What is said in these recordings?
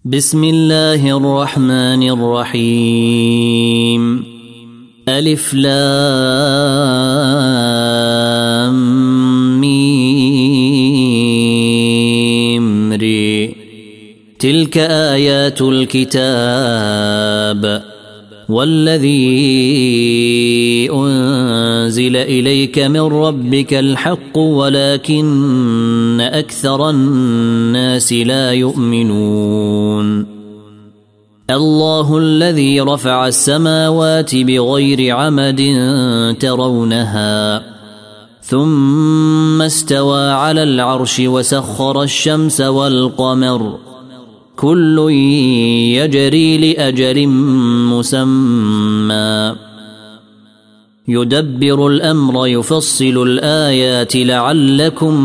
بسم الله الرحمن الرحيم. ألف لام ميم ري. تلك آيات الكتاب والذي أنزل إليك من ربك الحق ولكن أكثر الناس لا يؤمنون. الله الذي رفع السماوات بغير عمد ترونها ثم استوى على العرش وسخر الشمس والقمر كل يجري لأجل مسمى يدبر الأمر يفصل الآيات لعلكم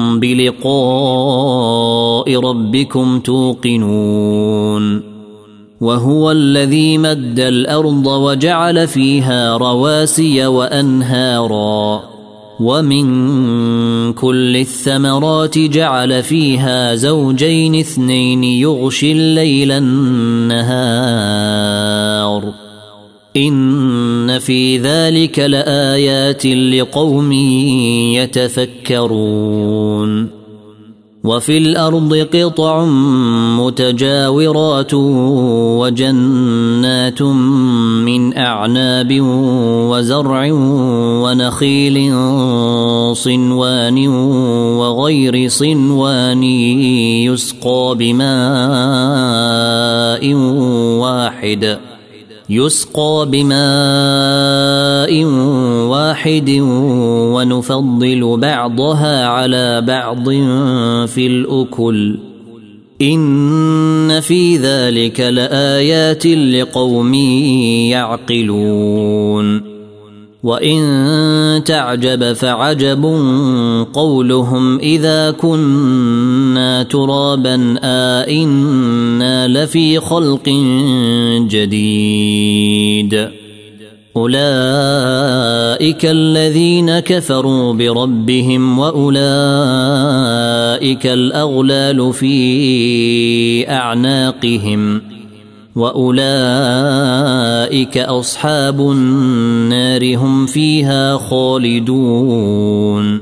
بلقاء ربكم توقنون. وهو الذي مد الأرض وجعل فيها رواسي وأنهارا ومن كل الثمرات جعل فيها زوجين اثنين يغشي الليل النهار إن في ذلك لآيات لقوم يتفكرون. وفي الأرض قطع متجاورات وجنات من أعناب وزرع ونخيل صنوان وغير صنوان يسقى بماء واحد ونفضل بعضها على بعض في الأكل إن في ذلك لآيات لقوم يعقلون. وإن تعجب فعجب قولهم إذا كنا ترابا آئنا لفي خلق جديد أولئك الذين كفروا بربهم وأولئك الأغلال في أعناقهم وأولئك أصحاب النار هم فيها خالدون.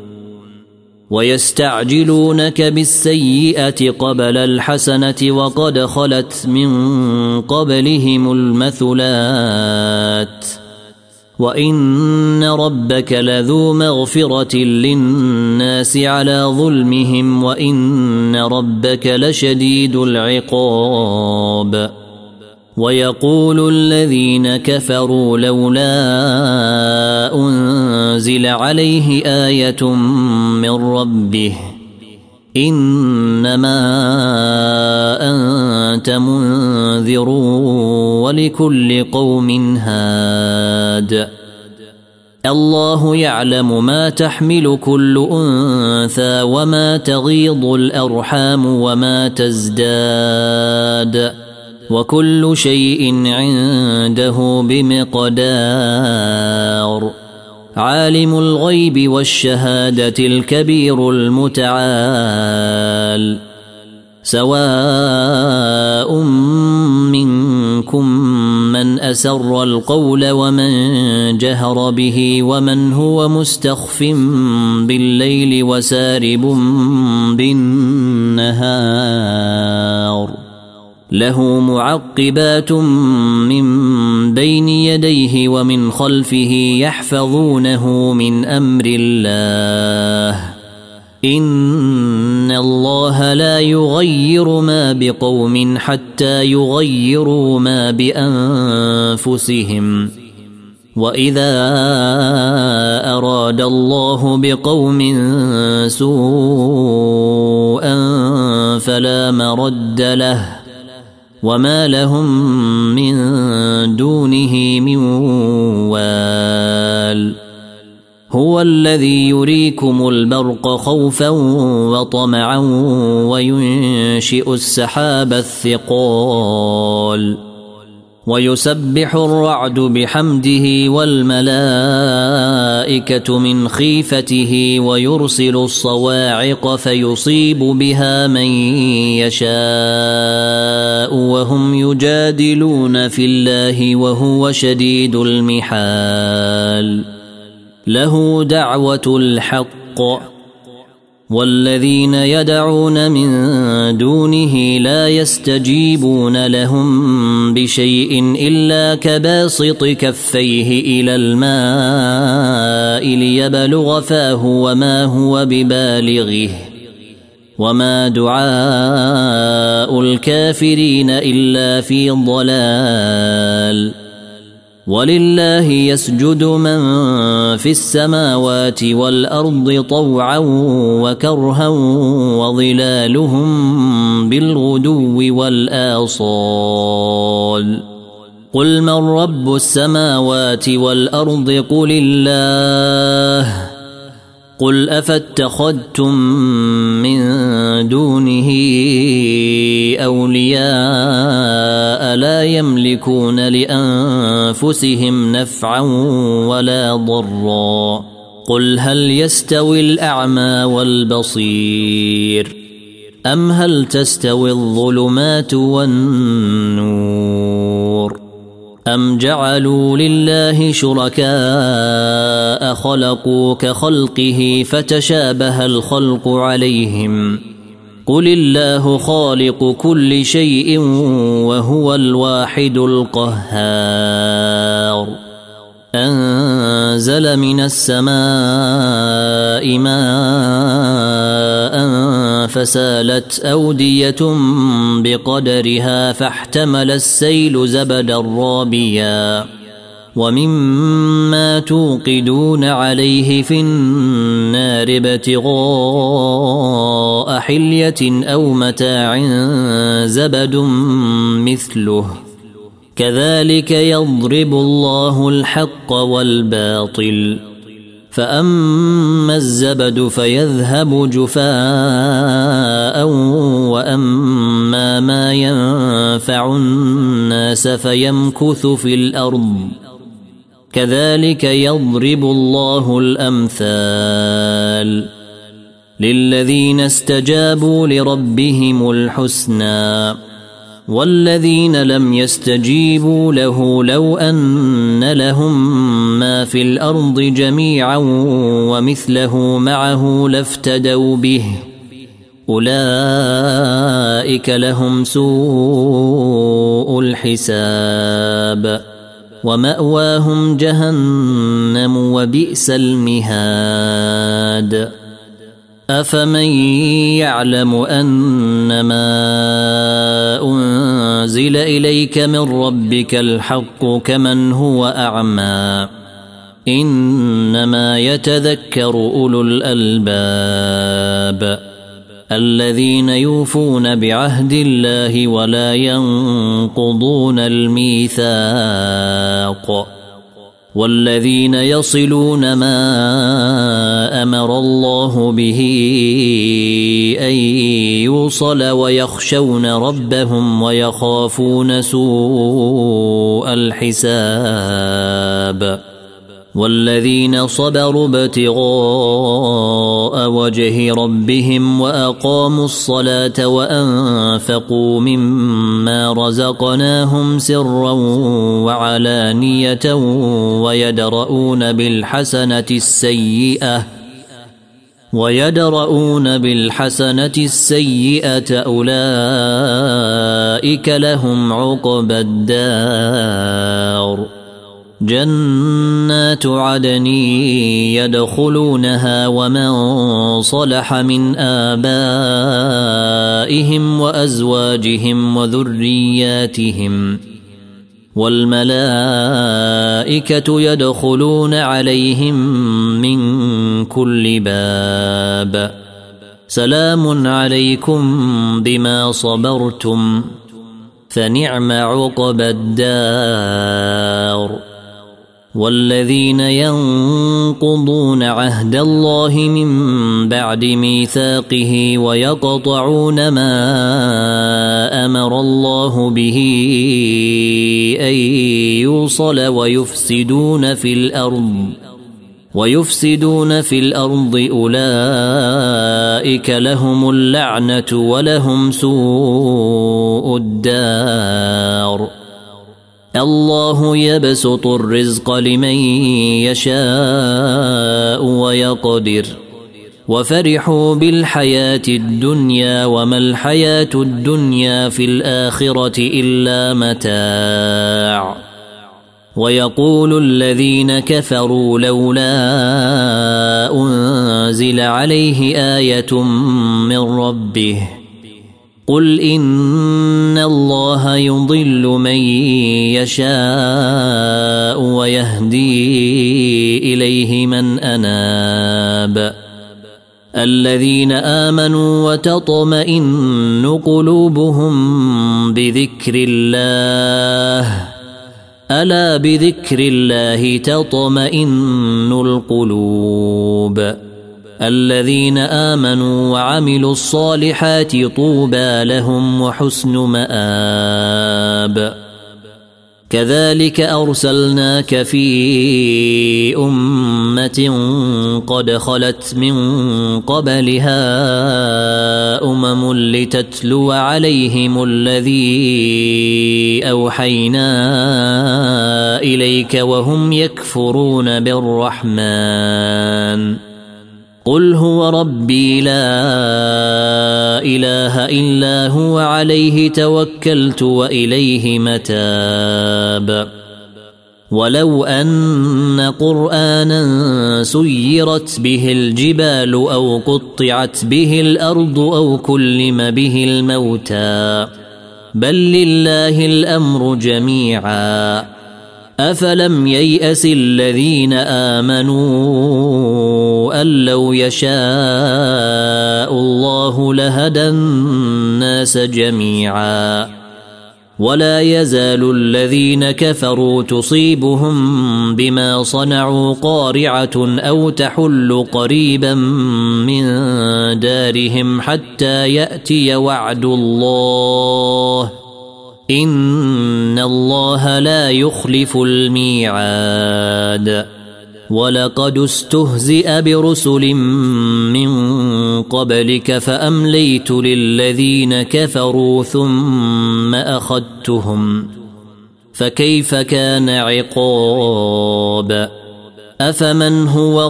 ويستعجلونك بالسيئة قبل الحسنة وقد خلت من قبلهم المثلات وإن ربك لذو مغفرة للناس على ظلمهم وإن ربك لشديد العقاب. ويقول الذين كفروا لولا أنزل عليه آية من ربه إنما أنت منذر ولكل قوم هاد. الله يعلم ما تحمل كل أنثى وما تغيض الأرحام وما تزداد وكل شيء عنده بمقدار. عالم الغيب والشهادة الكبير المتعال. سواء منكم من أسر القول ومن جهر به ومن هو مستخف بالليل وسارب بالنهار له معقبات من بين يديه ومن خلفه يحفظونه من أمر الله إن الله لا يغير ما بقوم حتى يغيروا ما بأنفسهم وإذا أراد الله بقوم سوءا فلا مرد له وما لهم من دونه من وال. هو الذي يريكم البرق خوفا وطمعا وينشئ السحاب الثقال ويسبح الرعد بحمده والملائكة من خيفته ويرسل الصواعق فيصيب بها من يشاء وهم يجادلون في الله وهو شديد المحال له دعوة الحق والذين يدعون من دونه لا يستجيبون لهم بشيء إلا كباسط كفيه إلى الماء ليبلغ فاه وما هو ببالغه وما دعاء الكافرين إلا في ضلال ولله يسجد من في السماوات والأرض طوعا وكرها وظلالهم بالغدو والآصال قل من رب السماوات والأرض قل الله قل أفاتخذتم من دونه أولياء لا يملكون لأنفسهم نفعا ولا ضرا قل هل يستوي الأعمى والبصير أم هل تستوي الظلمات والنور أم جعلوا لله شركاء خلقوا كخلقه فتشابه الخلق عليهم قل الله خالق كل شيء وهو الواحد القهار أنزل من السماء ماء فسالت أودية بقدرها فاحتمل السيل زبدا رابيا ومما توقدون عليه في النار ابتغاء حلية أو متاع زبد مثله كذلك يضرب الله الحق والباطل فأما الزبد فيذهب جفاء وأما ما ينفع الناس فيمكث في الأرض كذلك يضرب الله الأمثال للذين استجابوا لربهم الحسنى والذين لم يستجيبوا له لو أن لهم ما في الأرض جميعا ومثله معه لافتدوا به أولئك لهم سوء الحساب ومأواهم جهنم وبئس المهاد أفمن يعلم أنما أنزل إليك من ربك الحق كمن هو أعمى إنما يتذكر أولو الألباب الذين يوفون بعهد الله ولا ينقضون الميثاق والذين يصلون ما أمر الله به أن يوصل ويخشون ربهم ويخافون سوء الحساب والذين صبروا ابتغاء وجه ربهم وأقاموا الصلاة وأنفقوا مما رزقناهم سرا وعلانية ويدرؤون بالحسنة السيئة أولئك لهم عقبى الدار جنات عدن يدخلونها ومن صلح من آبائهم وأزواجهم وذرياتهم والملائكة يدخلون عليهم من كل باب سلام عليكم بما صبرتم فنعم عقبى الدار والذين ينقضون عهد الله من بعد ميثاقه ويقطعون ما أمر الله به أن يوصل ويفسدون في الأرض أولئك لهم اللعنة ولهم سوء الدار. الله يبسط الرزق لمن يشاء ويقدر وفرحوا بالحياة الدنيا وما الحياة الدنيا في الآخرة إلا متاع. ويقول الذين كفروا لولا أنزل عليه آية من ربه قل إن الله يضل من يشاء ويهدي إليه من أناب. الذين آمنوا وتطمئن قلوبهم بذكر الله ألا بذكر الله تطمئن القلوب. الذين آمنوا وعملوا الصالحات طوبى لهم وحسن مآب. كذلك أرسلناك في أمة قد خلت من قبلها لتتلو عليهم الذي أوحينا إليك وهم يكفرون بالرحمن قل هو ربي لا إله إلا هو عليه توكلت وإليه متاب. ولو أن قرآنا سيرت به الجبال أو قطعت به الأرض أو كلم به الموتى بل لله الأمر جميعا أفلم ييأس الذين آمنوا أن لو يشاء الله لهدى الناس جميعا ولا يزال الذين كفروا تصيبهم بما صنعوا قارعة أو تحل قريبا من دارهم حتى يأتي وعد الله إن الله لا يخلف الميعاد. ولقد استهزئ برسل من قبلك فأمليت للذين كفروا ثم أخذتهم فكيف كان عقاب. أفمن هو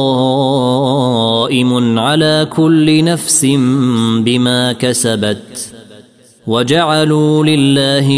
قائم على كل نفس بما كسبت وجعلوا لله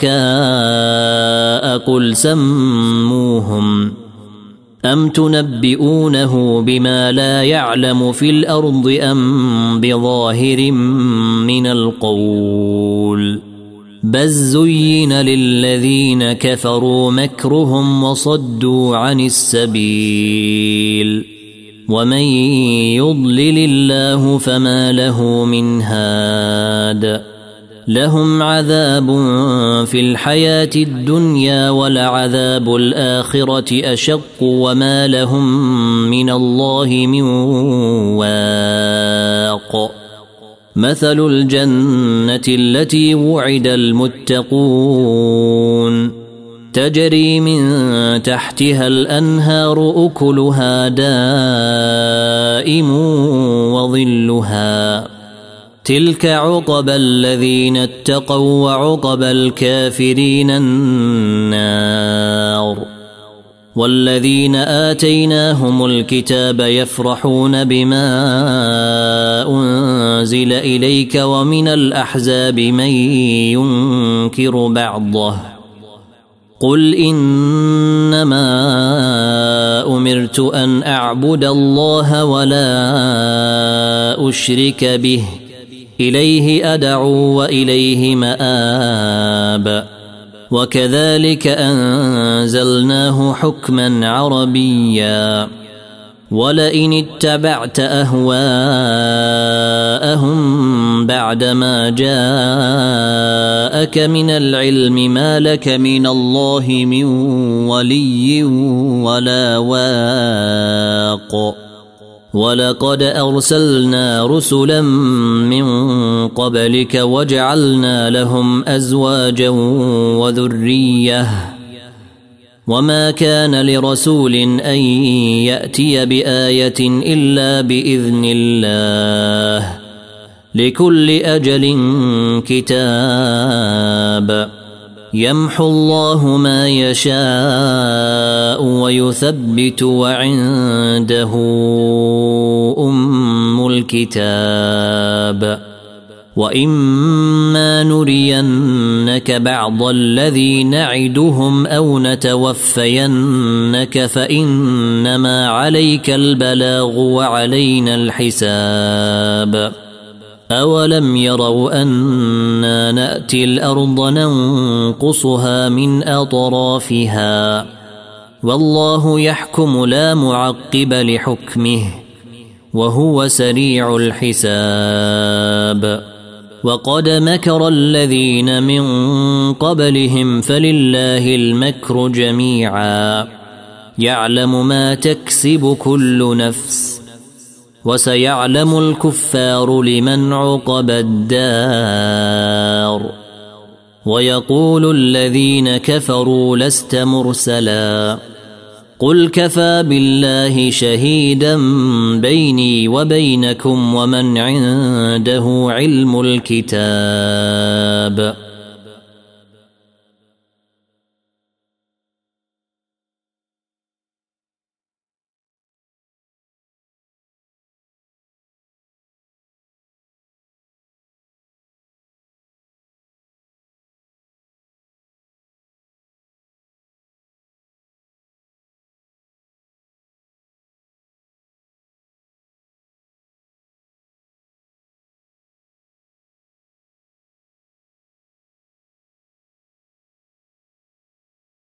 شركاء قل سموهم أم تنبئونه بما لا يعلم في الأرض أم بظاهر من القول بل زين للذين كفروا مكرهم وصدوا عن السبيل ومن يضلل الله فما له من هاد. لهم عذاب في الحياة الدنيا ولعذاب الآخرة أشق وما لهم من الله من واق. مثل الجنة التي وعد المتقون تجري من تحتها الأنهار أكلها دائم وظلها تلك عقبى الذين اتقوا وعقبى الكافرين النار. والذين آتيناهم الكتاب يفرحون بما أنزل إليك ومن الأحزاب من ينكر بعضه قل إنما أمرت أن أعبد الله ولا أشرك به إليه أدعو وإليه مآب. وكذلك أنزلناه حكما عربيا ولئن اتبعت أهواءهم بعدما جاءك من العلم ما لك من الله من ولي ولا واق. ولقد أرسلنا رسلا من قبلك وجعلنا لهم أزواجا وذرية وما كان لرسول أن يأتي بآية إلا بإذن الله لكل أجل كتاب يمحو الله ما يشاء ويثبت وعنده أم الكتاب وإما نرينك بعض الذي نعدهم أو نتوفينك فإنما عليك البلاغ وعلينا الحساب أولم يروا أنا نأتي الأرض ننقصها من أطرافها والله يحكم لا معقب لحكمه وهو سريع الحساب وقد مكر الذين من قبلهم فلله المكر جميعا يعلم ما تكسب كل نفس وسيعلم الكفار لمن عقب الدار ويقول الذين كفروا لست مرسلا قل كفى بالله شهيدا بيني وبينكم ومن عنده علم الكتاب